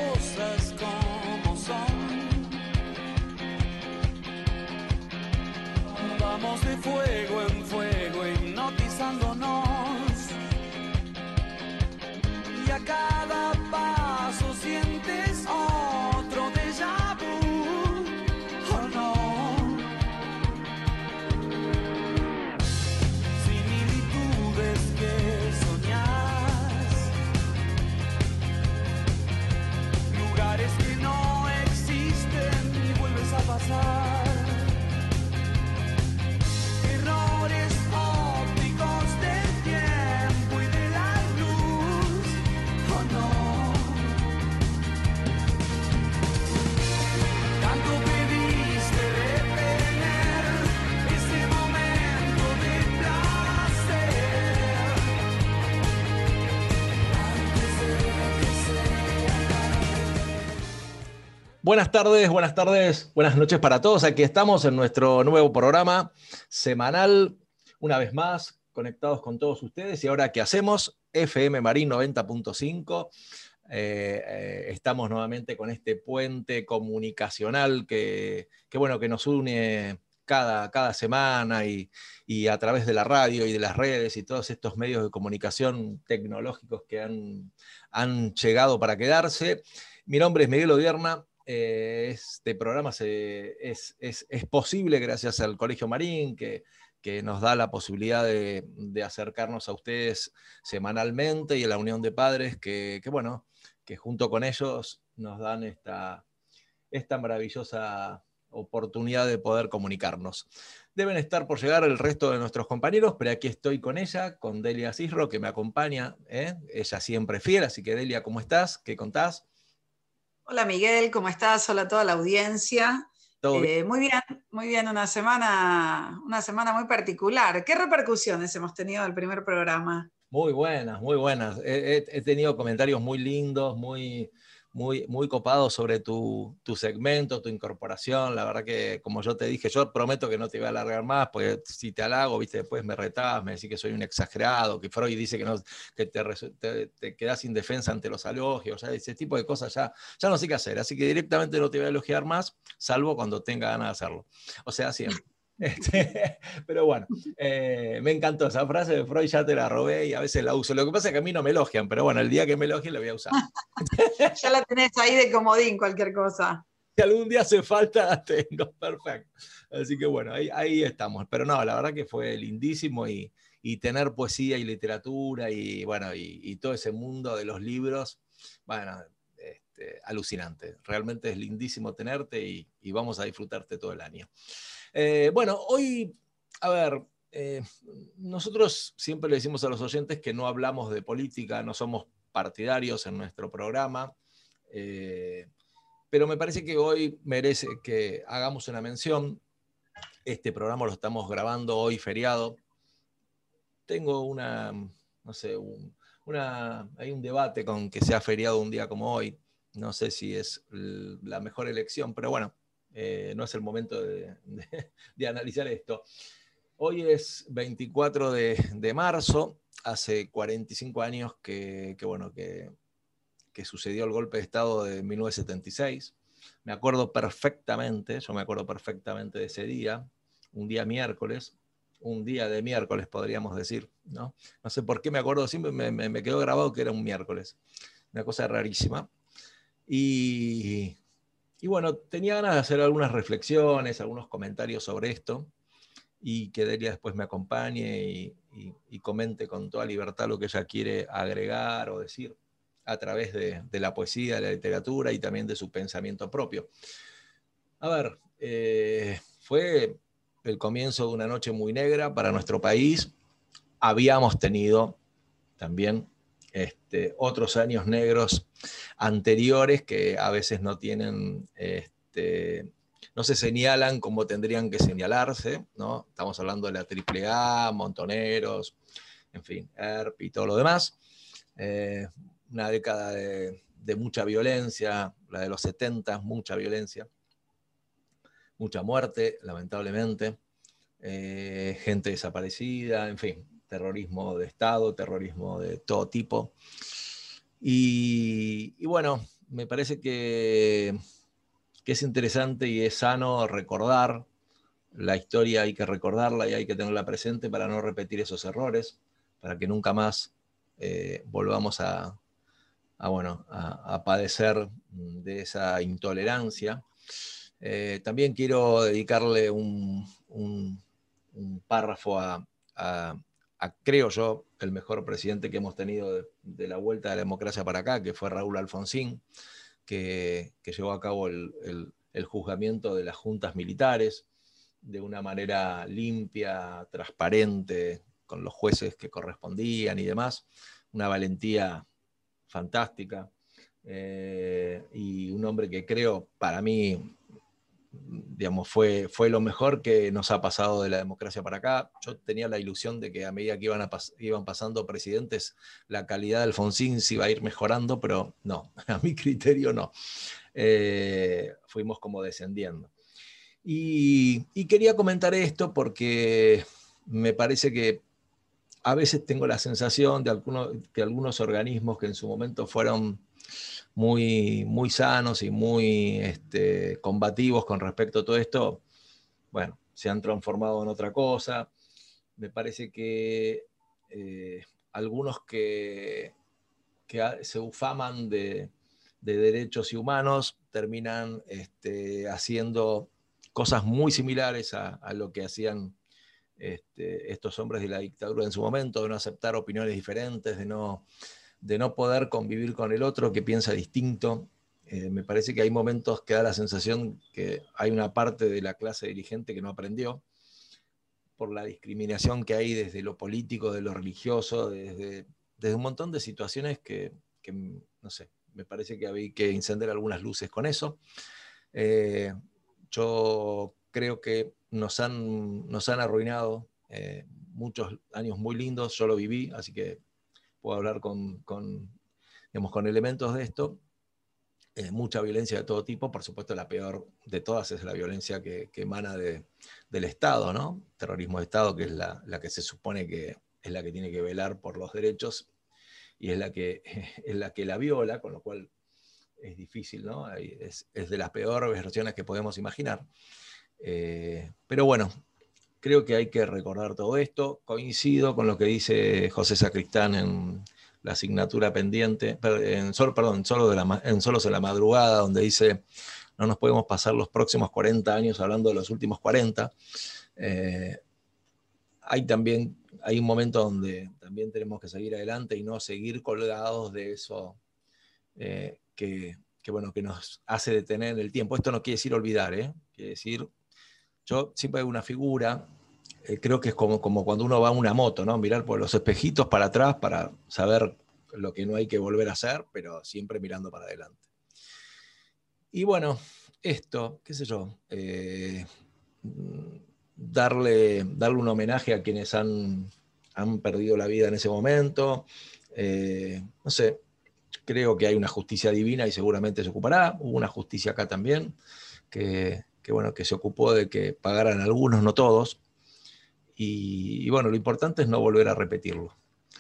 cosas como son. Vamos de fuego en fuego hipnotizándonos, y a cada paso sientes otro déjà vu, ¿o no? Similitudes que soñás, lugares que no existen y vuelves a pasar. Errores ópticos del tiempo y de la luz, ¿o no? Tanto pediste detener ese momento de placer antes de que sea tarde. Buenas noches para todos. Aquí estamos en nuestro nuevo programa semanal, una vez más, conectados con todos ustedes. Y ahora, ¿qué hacemos? FM Marín 90.5. Estamos nuevamente con este puente comunicacional bueno, que nos une cada semana y a través de la radio y de las redes y todos estos medios de comunicación tecnológicos que han llegado para quedarse. Mi nombre es Miguel Odierna. Este programa es posible gracias al Colegio Marín, que nos da la posibilidad de acercarnos a ustedes semanalmente, y a la Unión de Padres, bueno, que junto con ellos nos dan esta maravillosa oportunidad de poder comunicarnos. Deben estar por llegar el resto de nuestros compañeros, pero aquí estoy con ella, con Delia Cisro, que me acompaña, ella siempre fiel. Así que, Delia, ¿cómo estás? ¿Qué contás? Hola Miguel, ¿cómo estás? Hola a toda la audiencia. ¿Todo bien? Muy bien, una semana muy particular. ¿Qué repercusiones hemos tenido del primer programa? Muy buenas, muy buenas. He tenido comentarios muy lindos, muy copados sobre tu segmento, tu incorporación. La verdad que, como yo te dije, yo prometo que no te voy a alargar más, porque si te halago, viste, después me retás, me decís que soy un exagerado, que Freud dice que te quedás indefensa ante los elogios, ya ese tipo de cosas ya no sé qué hacer. Así que directamente no te voy a elogiar más, salvo cuando tenga ganas de hacerlo. O sea, siempre. Pero bueno, me encantó esa frase de Freud, ya te la robé y a veces la uso. Lo que pasa es que a mí no me elogian, pero bueno, el día que me elogien la voy a usar. Ya la tenés ahí de comodín, cualquier cosa. Si algún día hace falta, la tengo, perfecto. Así que bueno, ahí estamos. Pero no, la verdad que fue lindísimo, y tener poesía y literatura y bueno, y todo ese mundo de los libros, bueno, alucinante. Realmente es lindísimo tenerte, y vamos a disfrutarte todo el año. Bueno, hoy, a ver, nosotros siempre le decimos a los oyentes que no hablamos de política, no somos partidarios en nuestro programa, pero me parece que hoy merece que hagamos una mención. Este programa lo estamos grabando hoy feriado. Tengo no sé, hay un debate con que sea feriado un día como hoy. No sé si es la mejor elección, pero bueno, no es el momento de analizar esto. Hoy es 24 de marzo, hace 45 años bueno, que sucedió el golpe de Estado de 1976. Me acuerdo perfectamente de ese día, un día miércoles, un día de miércoles podríamos decir, ¿no? No sé por qué me acuerdo, siempre me quedó grabado que era un miércoles, una cosa rarísima. Y bueno, tenía ganas de hacer algunas reflexiones, algunos comentarios sobre esto, y que Delia después me acompañe y comente con toda libertad lo que ella quiere agregar o decir a través de la poesía, de la literatura y también de su pensamiento propio. A ver, fue el comienzo de una noche muy negra para nuestro país. Habíamos tenido también otros años negros anteriores que a veces no tienen, no se señalan como tendrían que señalarse, ¿no? Estamos hablando de la AAA, Montoneros, en fin, ERP y todo lo demás. Una década de mucha violencia, la de los 70, mucha violencia, mucha muerte, lamentablemente, gente desaparecida, en fin, terrorismo de Estado, terrorismo de todo tipo. Y bueno, me parece que es interesante y es sano recordar la historia, hay que recordarla y hay que tenerla presente para no repetir esos errores, para que nunca más volvamos a padecer de esa intolerancia. También quiero dedicarle un párrafo creo yo, el mejor presidente que hemos tenido de la vuelta de la democracia para acá, que fue Raúl Alfonsín, que llevó a cabo el juzgamiento de las juntas militares de una manera limpia, transparente, con los jueces que correspondían y demás. Una valentía fantástica. Y un hombre que creo, para mí, digamos, fue lo mejor que nos ha pasado de la democracia para acá. Yo tenía la ilusión de que a medida que iban pasando presidentes, la calidad de Alfonsín se iba a ir mejorando, pero no, a mi criterio no. Fuimos como descendiendo. Y quería comentar esto porque me parece que a veces tengo la sensación de que algunos organismos que en su momento fueron muy, muy sanos y muy combativos con respecto a todo esto, bueno, se han transformado en otra cosa. Me parece que algunos que se ufaman de derechos y humanos terminan haciendo cosas muy similares a lo que hacían estos hombres de la dictadura en su momento, de no aceptar opiniones diferentes, de no poder convivir con el otro que piensa distinto. Me parece que hay momentos que da la sensación que hay una parte de la clase dirigente que no aprendió por la discriminación que hay desde lo político, de lo religioso, desde un montón de situaciones que no sé, me parece que había que encender algunas luces con eso. Yo creo que nos han arruinado muchos años muy lindos, yo lo viví, así que puedo hablar con elementos de esto. Mucha violencia de todo tipo, por supuesto la peor de todas es la violencia que emana del Estado, ¿no? Terrorismo de Estado, que es la que se supone que es la que tiene que velar por los derechos y es la que la viola, con lo cual es difícil, ¿no? Es de las peores versiones que podemos imaginar. Pero bueno, creo que hay que recordar todo esto. Coincido con lo que dice José Sacristán en la asignatura pendiente, en Solos en la Madrugada, donde dice, no nos podemos pasar los próximos 40 años hablando de los últimos 40. Hay un momento donde también tenemos que seguir adelante y no seguir colgados de eso que nos hace detener en el tiempo. Esto no quiere decir olvidar, quiere decir, yo siempre hay una figura, creo que es como cuando uno va a una moto, ¿no? Mirar por los espejitos para atrás para saber lo que no hay que volver a hacer, pero siempre mirando para adelante. Y bueno, esto, qué sé yo, darle un homenaje a quienes han perdido la vida en ese momento. No sé, creo que hay una justicia divina y seguramente se ocupará. Hubo una justicia acá también, que se ocupó de que pagaran algunos, no todos. Y bueno, lo importante es no volver a repetirlo.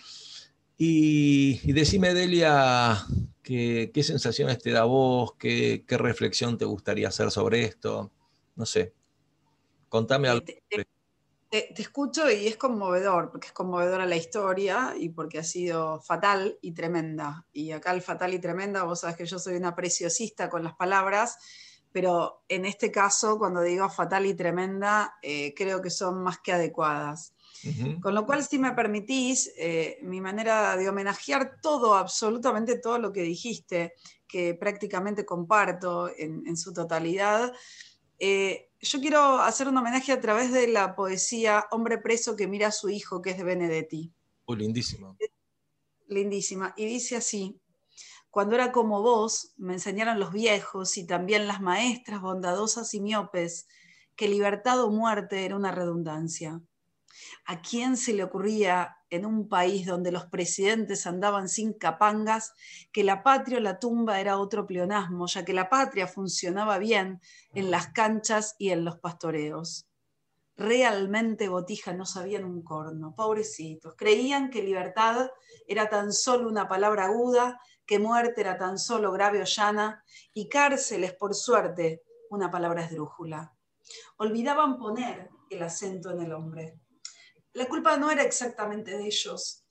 Y decime, Delia, ¿qué sensaciones te da a vos? ¿Qué reflexión te gustaría hacer sobre esto? No sé, contame algo. Te escucho y es conmovedor, porque es conmovedora la historia y porque ha sido fatal y tremenda. Y acá el fatal y tremenda, vos sabés que yo soy una preciosista con las palabras, pero en este caso, cuando digo fatal y tremenda, creo que son más que adecuadas. Uh-huh. Con lo cual, si me permitís, mi manera de homenajear todo, absolutamente todo lo que dijiste, que prácticamente comparto en su totalidad, yo quiero hacer un homenaje a través de la poesía Hombre preso que mira a su hijo, que es de Benedetti. Lindísimo. Lindísima. Y dice así: cuando era como vos, me enseñaron los viejos y también las maestras bondadosas y miopes que libertad o muerte era una redundancia. ¿A quién se le ocurría en un país donde los presidentes andaban sin capangas que la patria o la tumba era otro pleonasmo, ya que la patria funcionaba bien en las canchas y en los pastoreos? Realmente Botija no sabían un corno, pobrecitos. Creían que libertad era tan solo una palabra aguda que muerte era tan solo grave o llana, y cárcel es, por suerte, una palabra esdrújula. Olvidaban poner el acento en el hombre. La culpa no era exactamente de ellos,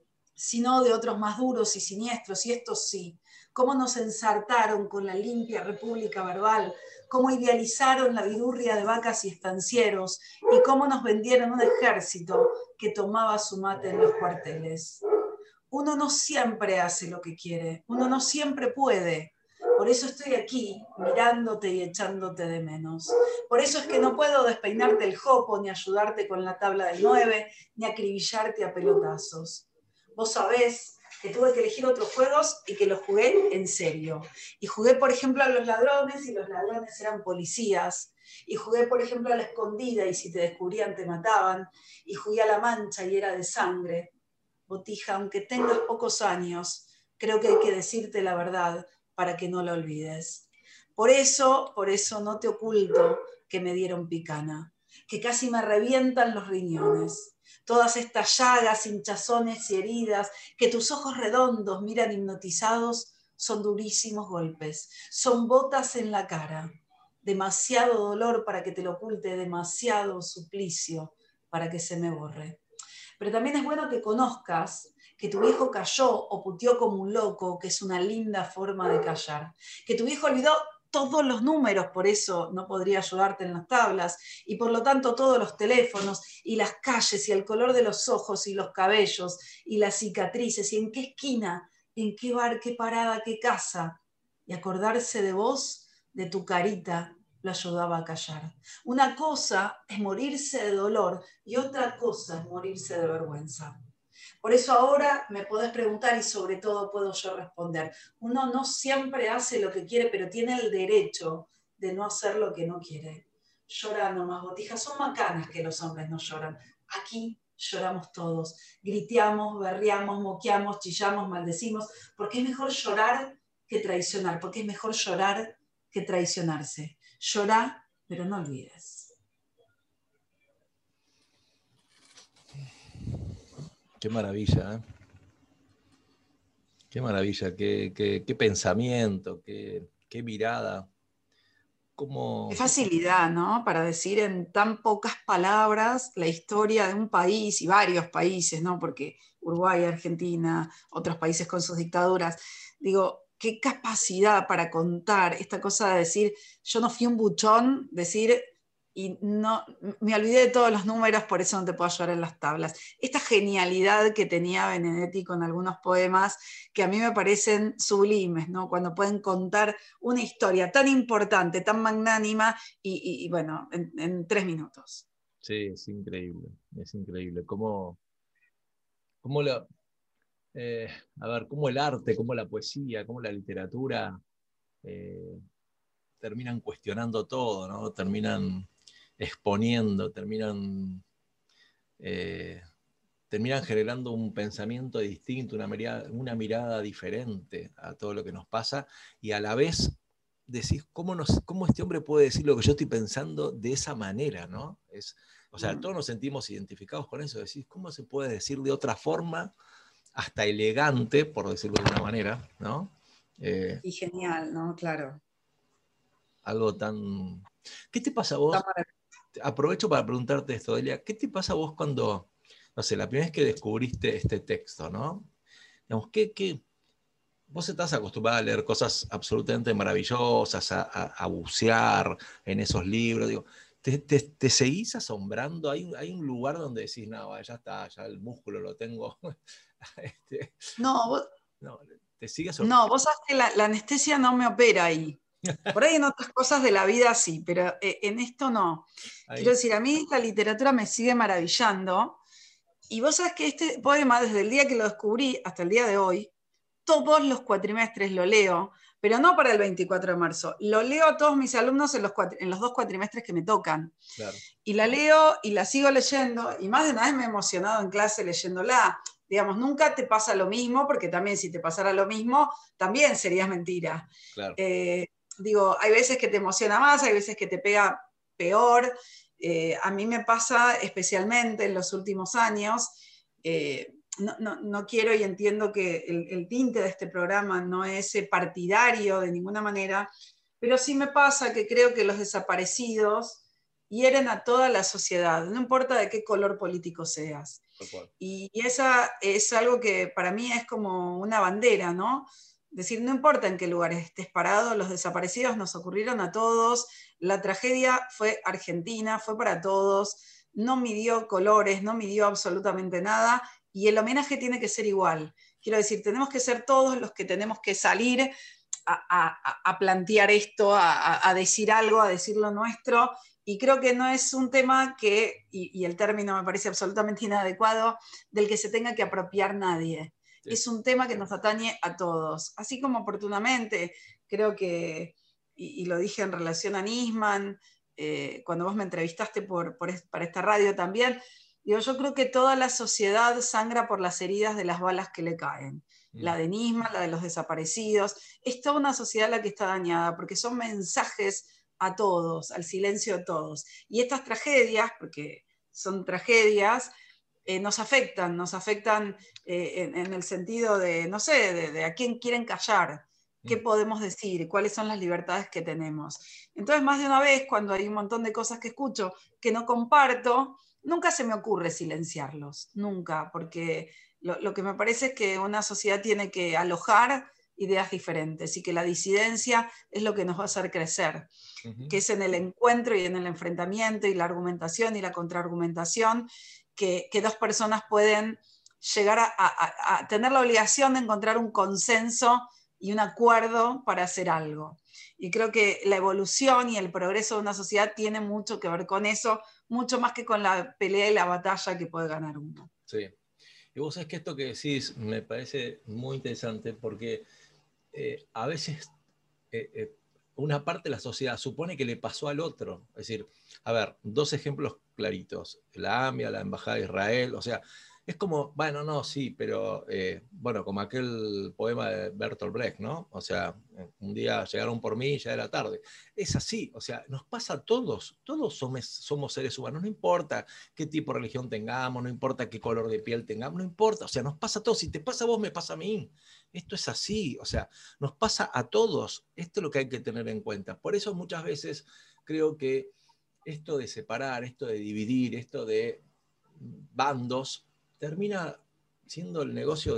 sino de otros más duros y siniestros, y estos sí. Cómo nos ensartaron con la limpia república verbal, cómo idealizaron la vidurria de vacas y estancieros, y cómo nos vendieron un ejército que tomaba su mate en los cuarteles. Uno no siempre hace lo que quiere, uno no siempre puede. Por eso estoy aquí, mirándote y echándote de menos. Por eso es que no puedo despeinarte el jopo, ni ayudarte con la tabla del 9, ni acribillarte a pelotazos. Vos sabés que tuve que elegir otros juegos y que los jugué en serio. Y jugué, por ejemplo, a los ladrones, y los ladrones eran policías. Y jugué, por ejemplo, a la escondida, y si te descubrían te mataban. Y jugué a la mancha, y era de sangre. Botija, aunque tengas pocos años, creo que hay que decirte la verdad para que no la olvides. Por eso no te oculto que me dieron picana, que casi me revientan los riñones. Todas estas llagas, hinchazones y heridas que tus ojos redondos miran hipnotizados son durísimos golpes, son botas en la cara. Demasiado dolor para que te lo oculte, demasiado suplicio para que se me borre. Pero también es bueno que conozcas que tu viejo cayó o puteó como un loco, que es una linda forma de callar. Que tu viejo olvidó todos los números, por eso no podría ayudarte en las tablas, y por lo tanto todos los teléfonos, y las calles, y el color de los ojos, y los cabellos, y las cicatrices, y en qué esquina, en qué bar, qué parada, qué casa. Y acordarse de vos, de tu carita, lo ayudaba a callar. Una cosa es morirse de dolor y otra cosa es morirse de vergüenza. Por eso ahora me podés preguntar y sobre todo puedo yo responder. Uno no siempre hace lo que quiere, pero tiene el derecho de no hacer lo que no quiere. Llora nomás, Botija, son macanas que los hombres no lloran. Aquí lloramos todos, griteamos, berreamos, moqueamos, chillamos, maldecimos, porque es mejor llorar que traicionar, porque es mejor llorar que traicionarse. Llorá, pero no olvides. Qué maravilla, ¿eh? Qué maravilla, qué pensamiento, qué mirada. Qué facilidad, ¿no? Para decir en tan pocas palabras la historia de un país y varios países, ¿no? Porque Uruguay, Argentina, otros países con sus dictaduras. Digo, qué capacidad para contar esta cosa de decir, yo no fui un buchón, decir, y no, me olvidé de todos los números, por eso no te puedo ayudar en las tablas. Esta genialidad que tenía Benedetti con algunos poemas que a mí me parecen sublimes, ¿no? Cuando pueden contar una historia tan importante, tan magnánima y bueno, en 3 minutos. Sí, es increíble, es increíble. Cómo la, a ver, cómo el arte, cómo la poesía, cómo la literatura terminan cuestionando todo, ¿no? Terminan exponiendo, terminan generando un pensamiento distinto, una mirada diferente a todo lo que nos pasa, y a la vez decís, ¿cómo este hombre puede decir lo que yo estoy pensando de esa manera, ¿no? O sea, todos nos sentimos identificados con eso, decís, ¿cómo se puede decir de otra forma, hasta elegante, por decirlo de alguna manera, ¿no? Y genial, ¿no? Claro. Algo tan... ¿Qué te pasa a vos? Aprovecho para preguntarte esto, Delia, ¿qué te pasa a vos cuando, no sé, la primera vez que descubriste este texto, ¿no? Digamos, vos estás acostumbrada a leer cosas absolutamente maravillosas, a bucear en esos libros, digo, ¿te seguís asombrando? ¿Hay un lugar donde decís, no, ya está, ya el músculo lo tengo? No, ¿te sigues no, vos sabés que la anestesia no me opera ahí. Por ahí en otras cosas de la vida sí, pero en esto no. Ahí. Quiero decir, a mí la literatura me sigue maravillando, y vos sabés que este poema, desde el día que lo descubrí hasta el día de hoy, todos los cuatrimestres lo leo, pero no para el 24 de marzo, lo leo a todos mis alumnos en los 2 cuatrimestres que me tocan. Claro. Y la leo y la sigo leyendo, y más de una vez me he emocionado en clase leyéndola. Digamos, nunca te pasa lo mismo, porque también si te pasara lo mismo, también serías mentira. Claro. Digo, hay veces que te emociona más, hay veces que te pega peor. A mí me pasa especialmente en los últimos años, no quiero y entiendo que el tinte de este programa no es partidario de ninguna manera, pero sí me pasa que creo que los desaparecidos hieren a toda la sociedad, no importa de qué color político seas. Y esa es algo que para mí es como una bandera, ¿no? Es decir, no importa en qué lugar estés parado, los desaparecidos nos ocurrieron a todos, la tragedia fue argentina, fue para todos, no midió colores, no midió absolutamente nada, y el homenaje tiene que ser igual. Quiero decir, tenemos que ser todos los que tenemos que salir a plantear esto, a decir algo, a decir lo nuestro, y creo que no es un tema que, y el término me parece absolutamente inadecuado, del que se tenga que apropiar nadie. Sí. Es un tema que nos atañe a todos. Así como oportunamente, creo que, y lo dije en relación a Nisman, cuando vos me entrevistaste para esta radio también, digo, yo creo que toda la sociedad sangra por las heridas de las balas que le caen. La de Nisman, la de los desaparecidos. Es toda una sociedad la que está dañada, porque son mensajes a todos, al silencio de todos. Y estas tragedias, porque son tragedias, nos afectan en el sentido de, no sé, de a quién quieren callar, qué podemos decir, cuáles son las libertades que tenemos. Entonces, más de una vez, cuando hay un montón de cosas que escucho que no comparto, nunca se me ocurre silenciarlos, nunca, porque lo que me parece es que una sociedad tiene que alojar ideas diferentes y que la disidencia es lo que nos va a hacer crecer, que es en el encuentro y en el enfrentamiento y la argumentación y la contraargumentación que dos personas pueden llegar a tener la obligación de encontrar un consenso y un acuerdo para hacer algo. Y creo que la evolución y el progreso de una sociedad tiene mucho que ver con eso, mucho más que con la pelea y la batalla que puede ganar uno. Sí. Y vos sabés que esto que decís me parece muy interesante porque a veces una parte de la sociedad supone que le pasó al otro. Es decir, a ver, dos ejemplos claritos. La AMIA, la Embajada de Israel, o sea, es como, bueno, no, sí, pero, bueno, como aquel poema de Bertolt Brecht, ¿no? O sea, un día llegaron por mí y ya era tarde. Es así, o sea, nos pasa a todos somos seres humanos, no importa qué tipo de religión tengamos, no importa qué color de piel tengamos, no importa, o sea, nos pasa a todos, si te pasa a vos, me pasa a mí. Esto es así, o sea, nos pasa a todos, esto es lo que hay que tener en cuenta. Por eso muchas veces creo que esto de separar, esto de dividir, esto de bandos, termina siendo el negocio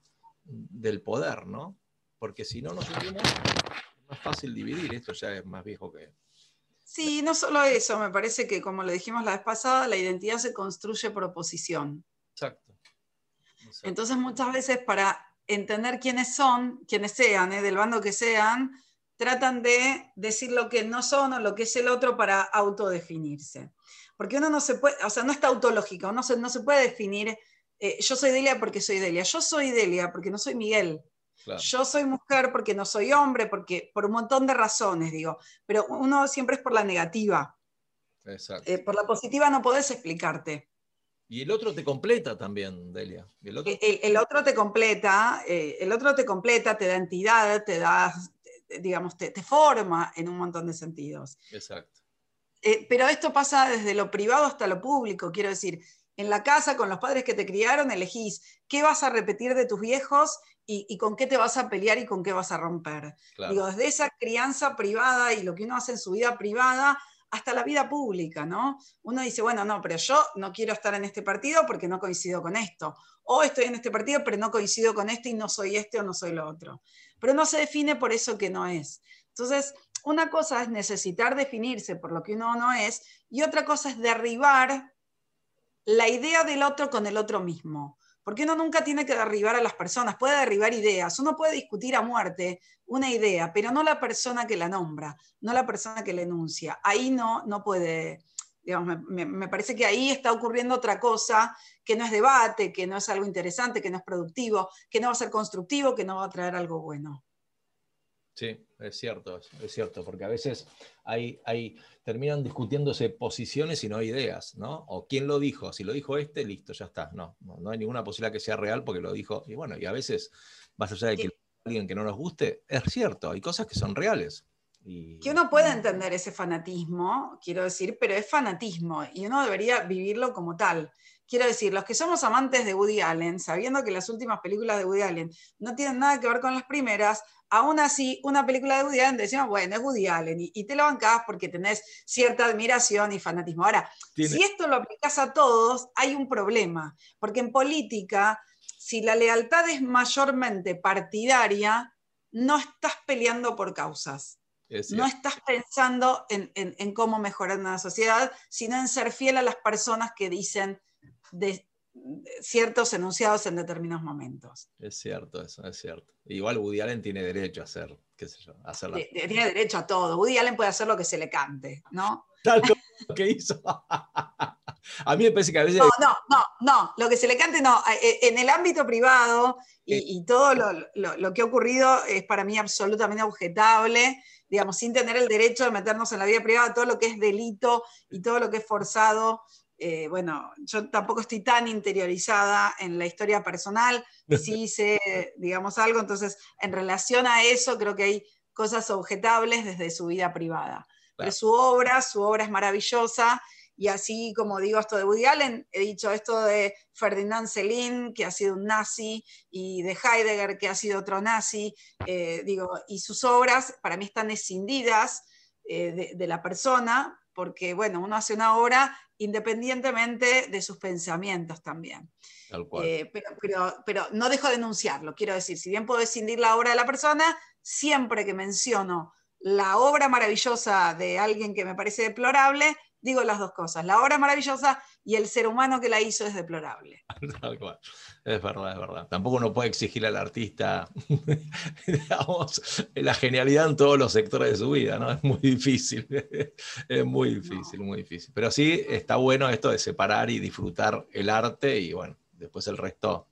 del poder, ¿no? Porque si no nos unimos, es más fácil dividir, esto ya es más viejo que... Sí, no solo eso, me parece que como lo dijimos la vez pasada, la identidad se construye por oposición. Exacto. Entonces muchas veces para entender quiénes son, quienes sean, del bando que sean, tratan de decir lo que no son o lo que es el otro para autodefinirse. Porque uno no se puede, o sea, no está autológica, uno no se puede definir, yo soy Delia porque soy Delia, yo soy Delia porque no soy Miguel, claro. Yo soy mujer porque no soy hombre, porque por un montón de razones, digo, pero uno siempre es por la negativa. Exacto. Por la positiva no podés explicarte. Y el otro te completa también, Delia. El otro te completa, te da entidad, te da, digamos, te forma en un montón de sentidos. Exacto. Pero esto pasa desde lo privado hasta lo público, quiero decir, en la casa, con los padres que te criaron, elegís qué vas a repetir de tus viejos y con qué te vas a pelear y con qué vas a romper. Claro. Digo, desde esa crianza privada y lo que uno hace en su vida privada hasta la vida pública, ¿no? Uno dice, bueno, no, pero yo no quiero estar en este partido porque no coincido con esto. O estoy en este partido, pero no coincido con este y no soy este o no soy lo otro. Pero no se define por eso que no es. Entonces, una cosa es necesitar definirse por lo que uno no es y otra cosa es derribar la idea del otro con el otro mismo. Porque uno nunca tiene que derribar a las personas, puede derribar ideas. Uno puede discutir a muerte una idea, pero no la persona que la nombra, no la persona que la enuncia. Ahí no puede, digamos, me parece que ahí está ocurriendo otra cosa, que no es debate, que no es algo interesante, que no es productivo, que no va a ser constructivo, que no va a traer algo bueno. Sí, es cierto, porque a veces terminan discutiéndose posiciones y no ideas, ¿no? O quién lo dijo, si lo dijo listo, ya está. No hay ninguna posibilidad que sea real porque lo dijo, y bueno, y a veces, más allá de que alguien que no nos guste, es cierto, hay cosas que son reales. Que uno puede entender ese fanatismo, quiero decir, pero es fanatismo, y uno debería vivirlo como tal. quiero decir, los que somos amantes de Woody Allen, sabiendo que las últimas películas de Woody Allen no tienen nada que ver con las primeras, aún así, una película de Woody Allen decimos, bueno, es Woody Allen, y te lo bancás porque tenés cierta admiración y fanatismo. Ahora, si esto lo aplicás a todos, hay un problema, porque en política, si la lealtad es mayormente partidaria, no estás peleando por causas. No estás pensando en cómo mejorar una sociedad, sino en ser fiel a las personas que dicen de ciertos enunciados en determinados momentos. Es cierto, eso es cierto. Igual Woody Allen tiene derecho a hacer, qué sé yo, a hacer tiene derecho a todo. Woody Allen puede hacer lo que se le cante, ¿no? Tal lo que hizo. A mí me parece que a veces... No, lo que se le cante no. En el ámbito privado y todo lo que ha ocurrido es para mí absolutamente objetable, digamos, sin tener el derecho de meternos en la vida privada, todo lo que es delito y todo lo que es forzado. Bueno, yo tampoco estoy tan interiorizada en la historia personal, sí sé, digamos, algo, entonces en relación a eso creo que hay cosas objetables desde su vida privada. Claro. Pero su obra es maravillosa, y así como digo esto de Woody Allen, he dicho esto de Ferdinand Céline, que ha sido un nazi, y de Heidegger, que ha sido otro nazi, y sus obras para mí están escindidas de la persona, porque bueno, uno hace una obra independientemente de sus pensamientos también. Tal cual. Pero no dejo de enunciarlo, quiero decir, si bien puedo escindir la obra de la persona, siempre que menciono la obra maravillosa de alguien que me parece deplorable, digo las dos cosas, la obra maravillosa y el ser humano que la hizo es deplorable. Tal cual. Es verdad, es verdad. Tampoco uno puede exigir al artista, digamos, la genialidad en todos los sectores de su vida, ¿no? Es muy difícil. Es muy difícil, muy difícil. Pero sí está bueno esto de separar y disfrutar el arte, y bueno, después el resto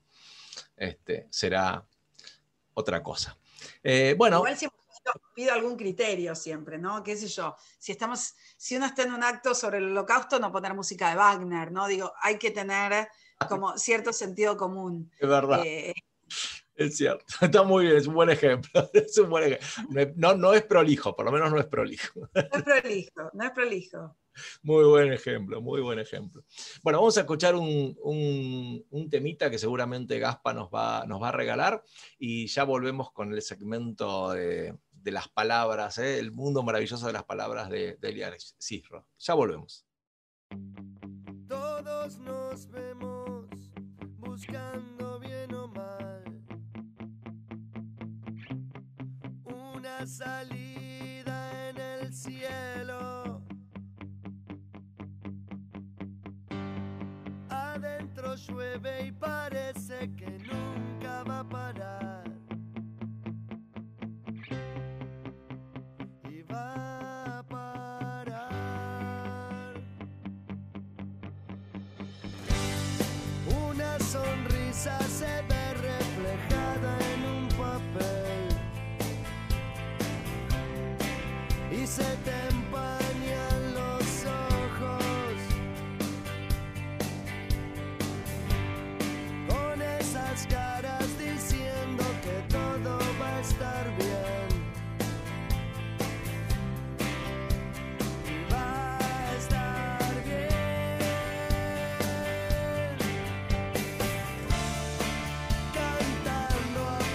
será otra cosa. Bueno. Igual siempre pido algún criterio siempre, ¿no? ¿Qué sé yo? Si uno está en un acto sobre el Holocausto, no poner música de Wagner, ¿no? Digo, hay que tener como cierto sentido común. Es verdad. Es cierto. Está muy bien, es un buen ejemplo. Es un buen ejemplo. No es prolijo, por lo menos no es prolijo. No es prolijo. Muy buen ejemplo, muy buen ejemplo. Bueno, vamos a escuchar un temita que seguramente Gaspa nos va a regalar, y ya volvemos con el segmento de las palabras, el mundo maravilloso de las palabras de Elias Cisro. Ya volvemos. Todos nos vemos buscando bien o mal una salida en el cielo. Adentro llueve y parece que nunca va a parar. Y va a parar. Una sonrisa se ve reflejada en un papel y se te empañan los ojos con esas caras diciendo que todo va a estar bien. Va a estar bien. Cantando a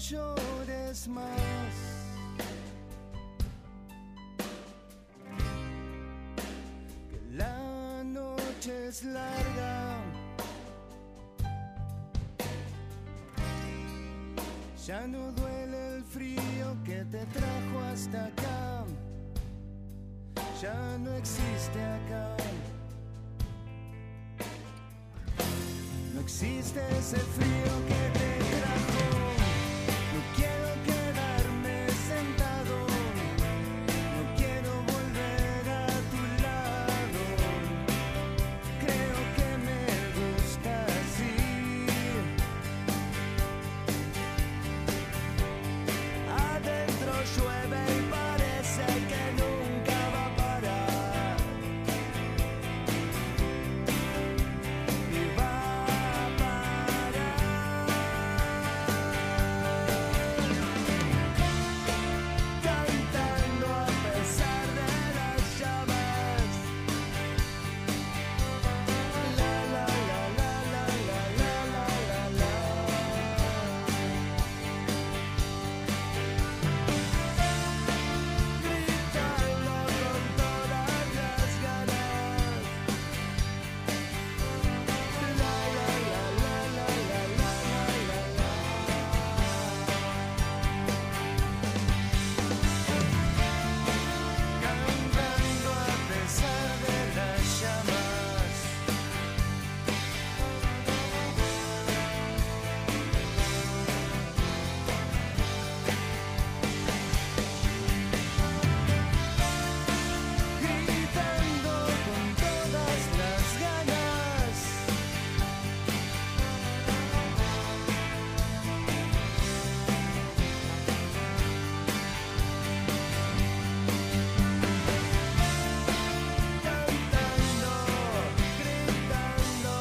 llores más. Que la noche es larga. Ya no duele el frío que te trajo hasta acá. Ya no existe acá. No existe ese frío que te trajo. No quiero quedarme sentado. No quiero volver a tu lado. Creo que me gusta así. Adentro llueve y parece que nunca va a parar. Y va a parar. Cantando a pesar de las llamas. La la la la la la la la la la. Gritando con todas las ganas. La la la la la la la la la la. Cantando a pesar de las llamas. Gritando con todas las ganas. Cantando, gritando.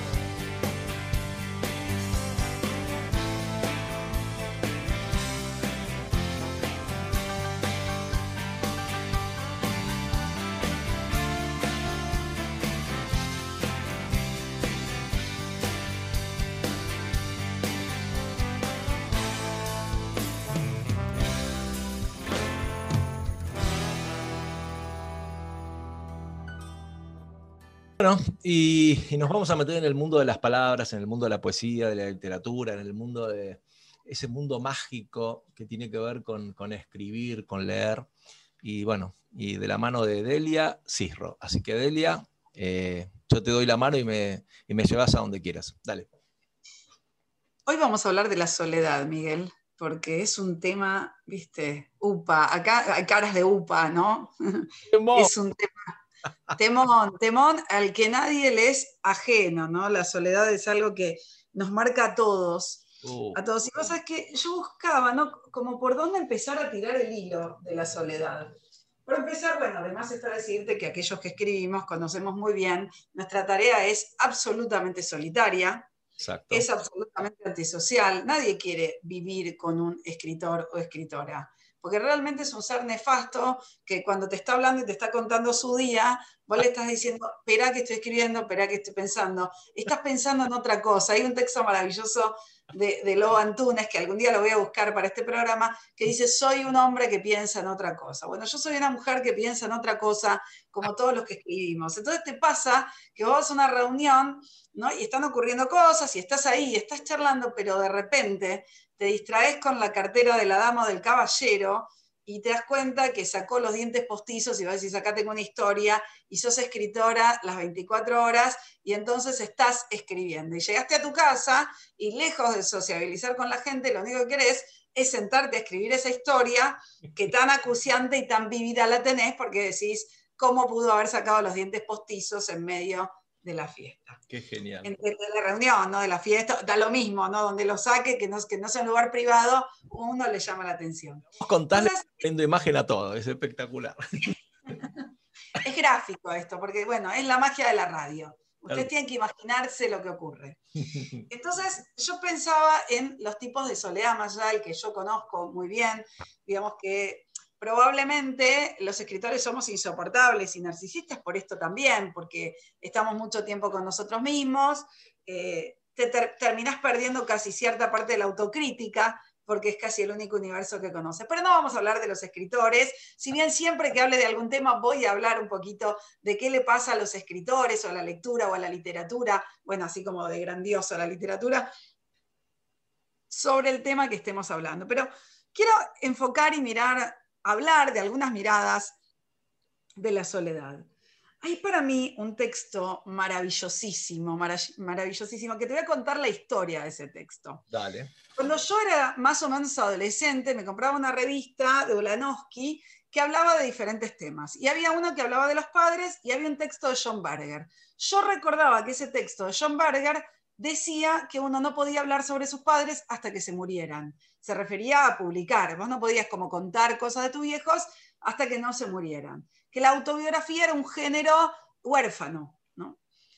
Bueno, y nos vamos a meter en el mundo de las palabras, en el mundo de la poesía, de la literatura, en el mundo de ese mundo mágico que tiene que ver con escribir, con leer, y bueno, y de la mano de Delia Cisro. Así que Delia, yo te doy la mano y me llevas a donde quieras. Dale. Hoy vamos a hablar de la soledad, Miguel, porque es un tema, viste, upa, acá hay caras de upa, ¿no? Es un temón al que nadie le es ajeno, ¿no? La soledad es algo que nos marca a todos. A todos. Y cosas que yo buscaba, ¿no? Como por dónde empezar a tirar el hilo de la soledad. Para empezar, bueno, además está decirte que aquellos que escribimos conocemos muy bien, nuestra tarea es absolutamente solitaria. Exacto. Es absolutamente antisocial. Nadie quiere vivir con un escritor o escritora, porque realmente es un ser nefasto que cuando te está hablando y te está contando su día, vos le estás diciendo, espera que estoy escribiendo, espera que estoy pensando. Estás pensando en otra cosa. Hay un texto maravilloso de Lobo Antunes, que algún día lo voy a buscar para este programa, que dice, soy un hombre que piensa en otra cosa. Bueno, yo soy una mujer que piensa en otra cosa, como todos los que escribimos. Entonces te pasa que vos vas a una reunión, ¿no? Y están ocurriendo cosas, y estás ahí, y estás charlando, pero de repente te distraes con la cartera de la dama o del caballero, y te das cuenta que sacó los dientes postizos y vas a decir, acá tengo una historia, y sos escritora las 24 horas, y entonces estás escribiendo. Y llegaste a tu casa, y lejos de sociabilizar con la gente, lo único que querés es sentarte a escribir esa historia que tan acuciante y tan vivida la tenés, porque decís, ¿cómo pudo haber sacado los dientes postizos en medio de la fiesta? Qué genial. De la reunión, ¿no? De la fiesta, da lo mismo, ¿no? Donde lo saque, que no sea un lugar privado, uno le llama la atención. Vos contás poniendo imagen a todo, es espectacular. Es gráfico esto, porque bueno, es la magia de la radio. Ustedes tienen que imaginarse lo que ocurre. Entonces, yo pensaba en los tipos de soledad más allá del que yo conozco muy bien, digamos que probablemente los escritores somos insoportables y narcisistas por esto también, porque estamos mucho tiempo con nosotros mismos, terminás perdiendo casi cierta parte de la autocrítica, porque es casi el único universo que conoce. Pero no vamos a hablar de los escritores, si bien siempre que hable de algún tema voy a hablar un poquito de qué le pasa a los escritores, o a la lectura, o a la literatura, bueno, así como de grandioso a la literatura, sobre el tema que estemos hablando. Pero quiero enfocar y hablar de algunas miradas de la soledad. Hay para mí un texto maravillosísimo, maravillosísimo, que te voy a contar la historia de ese texto. Dale. Cuando yo era más o menos adolescente, me compraba una revista de Ulanowski que hablaba de diferentes temas. Y había uno que hablaba de los padres y había un texto de John Berger. Yo recordaba que ese texto de John Berger decía que uno no podía hablar sobre sus padres hasta que se murieran. Se refería a publicar. Vos no podías como contar cosas de tus viejos hasta que no se murieran. Que la autobiografía era un género huérfano, ¿no?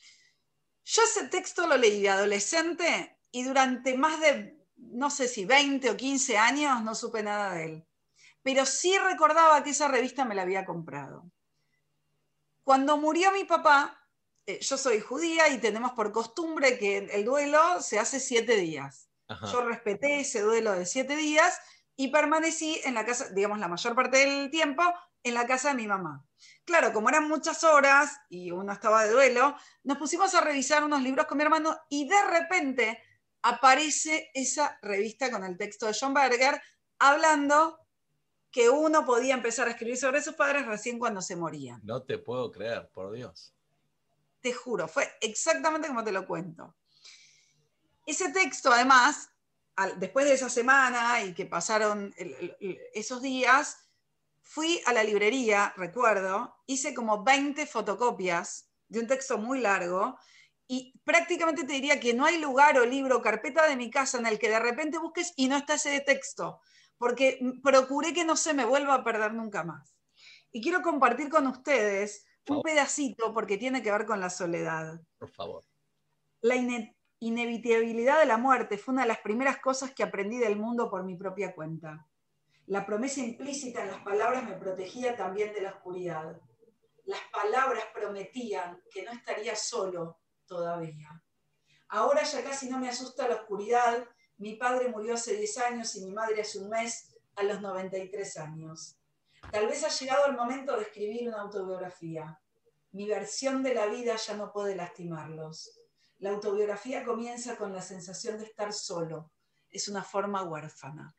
Yo ese texto lo leí de adolescente y durante más de, no sé si 20 o 15 años no supe nada de él. Pero sí recordaba que esa revista me la había comprado. Cuando murió mi papá, yo soy judía y tenemos por costumbre que el duelo se hace 7 días. Ajá. Yo respeté ese duelo de 7 días y permanecí en la casa, digamos, la mayor parte del tiempo, en la casa de mi mamá. Claro, como eran muchas horas y uno estaba de duelo, nos pusimos a revisar unos libros con mi hermano y de repente aparece esa revista con el texto de John Berger hablando que uno podía empezar a escribir sobre sus padres recién cuando se morían. No te puedo creer, por Dios. Te juro, fue exactamente como te lo cuento. Ese texto, además, después de esa semana y que pasaron esos días, fui a la librería, recuerdo, hice como 20 fotocopias de un texto muy largo y prácticamente te diría que no hay lugar o libro o carpeta de mi casa en el que de repente busques y no está ese texto, porque procuré que no se me vuelva a perder nunca más. Y quiero compartir con ustedes un pedacito porque tiene que ver con la soledad. Por favor. La inevitabilidad de la muerte fue una de las primeras cosas que aprendí del mundo por mi propia cuenta. La promesa implícita en las palabras me protegía también de la oscuridad. Las palabras prometían que no estaría solo todavía. Ahora ya casi no me asusta la oscuridad. Mi padre murió hace 10 años y mi madre hace un mes, a los 93 años. Tal vez ha llegado el momento de escribir una autobiografía. Mi versión de la vida ya no puede lastimarlos. La autobiografía comienza con la sensación de estar solo. Es una forma huérfana.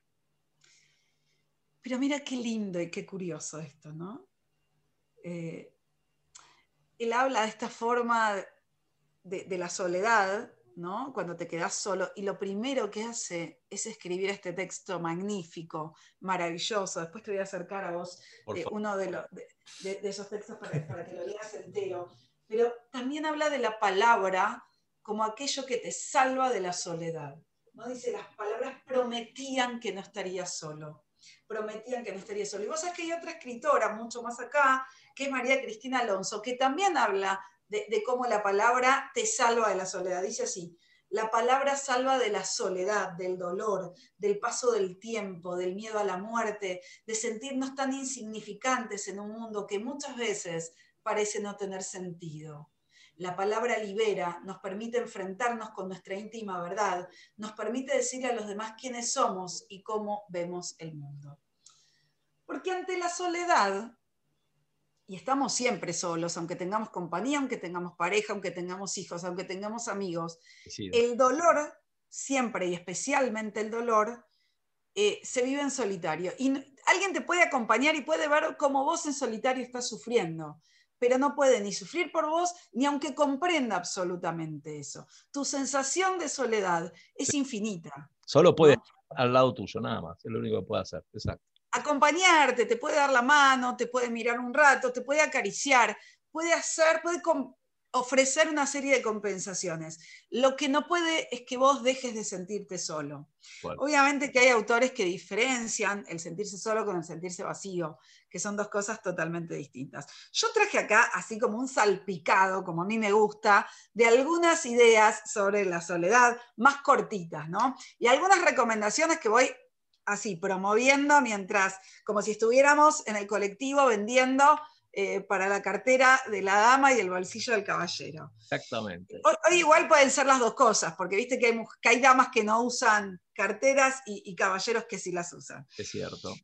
Pero mira qué lindo y qué curioso esto, ¿no? Él habla de esta forma de la soledad, ¿no? Cuando te quedas solo, y lo primero que hace es escribir este texto magnífico, maravilloso. Después te voy a acercar a vos uno de esos textos para que lo leas entero. Pero también habla de la palabra como aquello que te salva de la soledad, ¿no? Dice, las palabras prometían que no estarías solo. Prometían que no estaría solo. Y vos sabés que hay otra escritora, mucho más acá, que es María Cristina Alonso, que también habla de cómo la palabra te salva de la soledad. Dice así, la palabra salva de la soledad, del dolor, del paso del tiempo, del miedo a la muerte, de sentirnos tan insignificantes en un mundo que muchas veces parece no tener sentido. La palabra libera, nos permite enfrentarnos con nuestra íntima verdad, nos permite decirle a los demás quiénes somos y cómo vemos el mundo. Porque ante la soledad, y estamos siempre solos, aunque tengamos compañía, aunque tengamos pareja, aunque tengamos hijos, aunque tengamos amigos, sí. El dolor, siempre y especialmente el dolor, se vive en solitario. Y alguien te puede acompañar y puede ver cómo vos en solitario estás sufriendo, pero no puede ni sufrir por vos, ni aunque comprenda absolutamente eso. Tu sensación de soledad es infinita. Solo puede estar al lado tuyo, nada más. Es lo único que puede hacer. Exacto. Acompañarte, te puede dar la mano, te puede mirar un rato, te puede acariciar, puede ofrecer una serie de compensaciones. Lo que no puede es que vos dejes de sentirte solo. Bueno. Obviamente que hay autores que diferencian el sentirse solo con el sentirse vacío, que son dos cosas totalmente distintas. Yo traje acá, así como un salpicado, como a mí me gusta, de algunas ideas sobre la soledad, más cortitas, ¿no? Y algunas recomendaciones que voy así promoviendo mientras, como si estuviéramos en el colectivo vendiendo para la cartera de la dama y el bolsillo del caballero. Exactamente. Hoy igual pueden ser las dos cosas, porque viste que hay damas que no usan carteras y caballeros que sí las usan. Es cierto.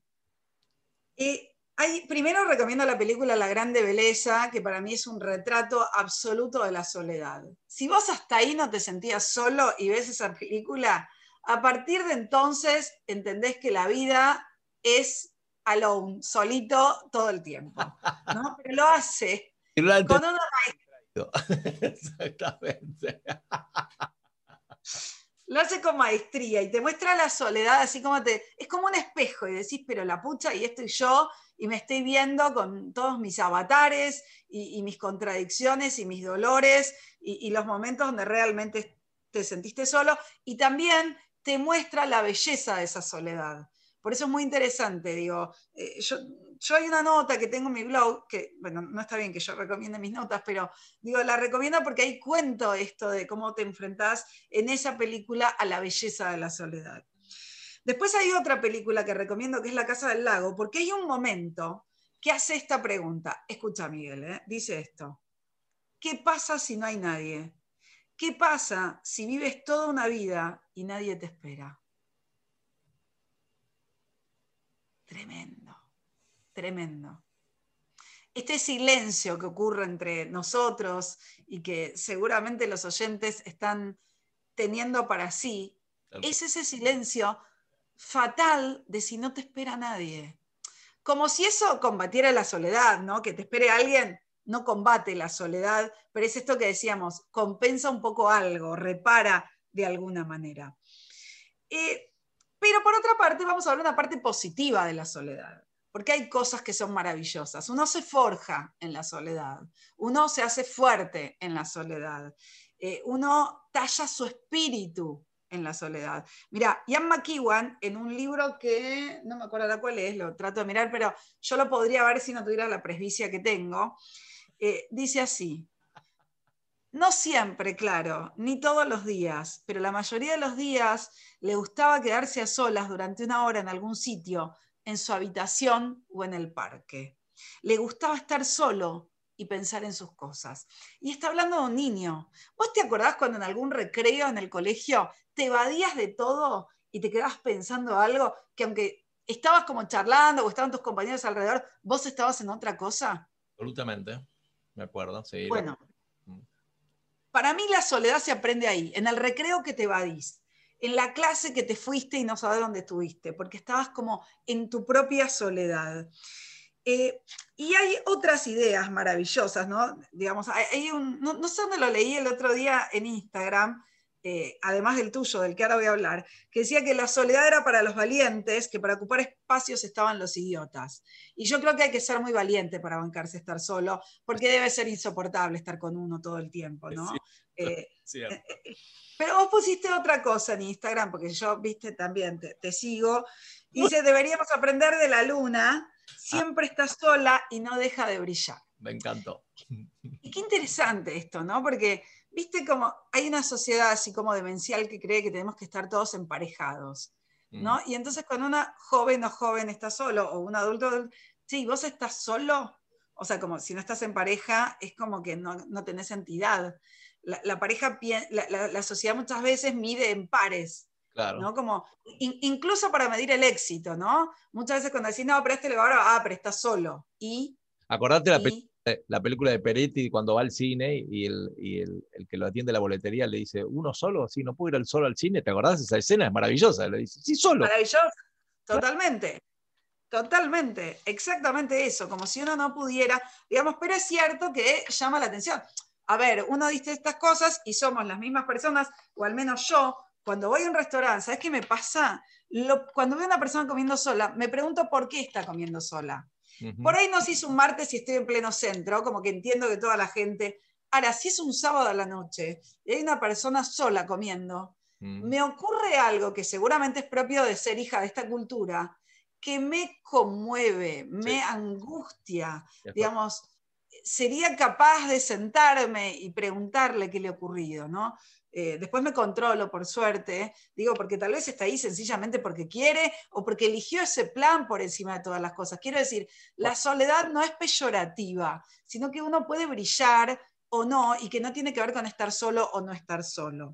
Primero recomiendo la película La Grande Belleza, que para mí es un retrato absoluto de la soledad. Si vos hasta ahí no te sentías solo y ves esa película, a partir de entonces entendés que la vida es alone, solito todo el tiempo, ¿no? Pero lo hace con una Exactamente. Lo hace con maestría y te muestra la soledad así como es como un espejo y decís, pero la pucha, y estoy yo, y me estoy viendo con todos mis avatares y mis contradicciones y mis dolores y los momentos donde realmente te sentiste solo, y también te muestra la belleza de esa soledad. Por eso es muy interesante, digo, yo hay una nota que tengo en mi blog, que, bueno, no está bien que yo recomiende mis notas, pero digo, la recomiendo porque ahí cuento esto de cómo te enfrentás en esa película a la belleza de la soledad. Después hay otra película que recomiendo que es La Casa del Lago, porque hay un momento que hace esta pregunta. Escucha, Miguel, dice esto. ¿Qué pasa si no hay nadie? ¿Qué pasa si vives toda una vida y nadie te espera? Tremendo, tremendo. Este silencio que ocurre entre nosotros y que seguramente los oyentes están teniendo para sí, es ese silencio fatal de si no te espera nadie. Como si eso combatiera la soledad, ¿no? Que te espere alguien no combate la soledad, pero es esto que decíamos, compensa un poco algo, repara de alguna manera. Pero por otra parte, vamos a ver una parte positiva de la soledad, porque hay cosas que son maravillosas. Uno se forja en la soledad, uno se hace fuerte en la soledad, uno talla su espíritu en la soledad. Mira, Ian McEwan, en un libro que no me acuerdo ahora cuál es, lo trato de mirar, pero yo lo podría ver si no tuviera la presbicia que tengo, dice así: no siempre, claro, ni todos los días, pero la mayoría de los días le gustaba quedarse a solas durante una hora en algún sitio, en su habitación o en el parque. Le gustaba estar solo y pensar en sus cosas. Y está hablando de un niño. ¿Vos te acordás cuando en algún recreo en el colegio te evadías de todo y te quedabas pensando algo que aunque estabas como charlando o estaban tus compañeros alrededor, vos estabas en otra cosa? Absolutamente, me acuerdo, sí. Bueno, para mí la soledad se aprende ahí, en el recreo que te evadís, en la clase que te fuiste y no sabes dónde estuviste, porque estabas como en tu propia soledad. Y hay otras ideas maravillosas, ¿no? Digamos, no sé dónde lo leí el otro día en Instagram, además del tuyo, del que ahora voy a hablar, que decía que la soledad era para los valientes, que para ocupar espacios estaban los idiotas. Y yo creo que hay que ser muy valiente para bancarse estar solo, porque debe ser insoportable estar con uno todo el tiempo, ¿no? Sí, pero vos pusiste otra cosa en Instagram, porque yo, viste, también te sigo, y dice, deberíamos aprender de la luna, siempre está sola y no deja de brillar. Me encantó. Y qué interesante esto, ¿no? Porque, viste, como hay una sociedad así como demencial que cree que tenemos que estar todos emparejados, ¿no? Y entonces cuando una joven o joven está solo, o un adulto, sí, vos estás solo, o sea, como si no estás en pareja, es como que no tenés entidad. La pareja, la sociedad muchas veces mide en pares, Claro. ¿no? Como, incluso para medir el éxito, ¿no? Muchas veces cuando decís, no, pero este le va ahora, pero está solo. Acordate la película de Peretti cuando va al cine y el que lo atiende a la boletería le dice, ¿uno solo? Sí, no puedo ir solo al cine. ¿Te acordás? Esa escena es maravillosa. Le dice, sí, solo. Maravilloso, totalmente. Totalmente, exactamente eso, como si uno no pudiera, digamos, pero es cierto que llama la atención. A ver, uno dice estas cosas y somos las mismas personas, o al menos yo, cuando voy a un restaurante, ¿sabes qué me pasa? Cuando veo a una persona comiendo sola, me pregunto por qué está comiendo sola. Por ahí no se hizo un martes y estoy en pleno centro, como que entiendo que toda la gente... Ahora, si es un sábado a la noche y hay una persona sola comiendo, me ocurre algo que seguramente es propio de ser hija de esta cultura, que me conmueve, me angustia, digamos, sería capaz de sentarme y preguntarle qué le ha ocurrido, ¿no? Después me controlo, por suerte, digo, porque tal vez está ahí sencillamente porque quiere o porque eligió ese plan por encima de todas las cosas. Quiero decir, la soledad no es peyorativa, sino que uno puede brillar o no, y que no tiene que ver con estar solo o no estar solo.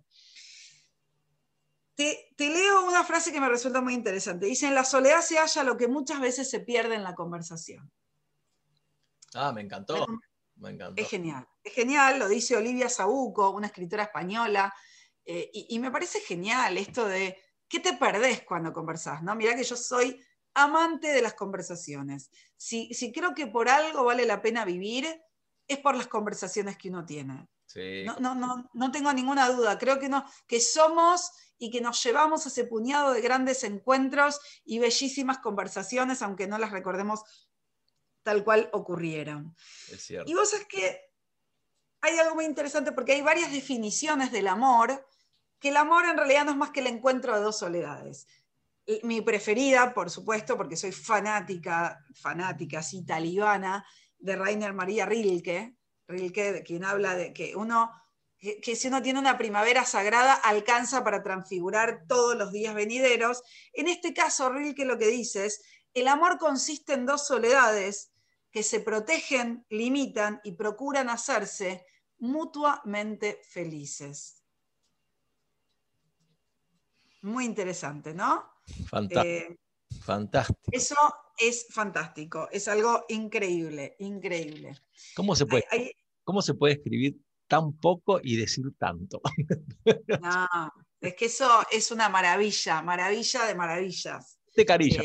Te leo una frase que me resulta muy interesante. Dice, en la soledad se halla lo que muchas veces se pierde en la conversación. Ah, me encantó. Me encantó. Es genial, lo dice Olivia Sabuco, una escritora española, y me parece genial esto de, ¿qué te perdés cuando conversás? ¿No? Mirá que yo soy amante de las conversaciones. Si creo que por algo vale la pena vivir, es por las conversaciones que uno tiene. Sí. No tengo ninguna duda, creo que somos y que nos llevamos ese puñado de grandes encuentros y bellísimas conversaciones, aunque no las recordemos tal cual ocurrieron. Es cierto. Y vos sabés que hay algo muy interesante porque hay varias definiciones del amor, que el amor en realidad no es más que el encuentro de dos soledades. Mi preferida, por supuesto, porque soy fanática, así talibana, de Rainer Maria Rilke, de quien habla de que si uno tiene una primavera sagrada, alcanza para transfigurar todos los días venideros. En este caso, Rilke lo que dice es, el amor consiste en dos soledades que se protegen, limitan y procuran hacerse mutuamente felices. Muy interesante, ¿no? Fantástico. Fantástico. Eso es fantástico, es algo increíble, increíble. ¿Cómo se puede escribir tan poco y decir tanto? No, es que eso es una maravilla, maravilla de maravillas. De carilla.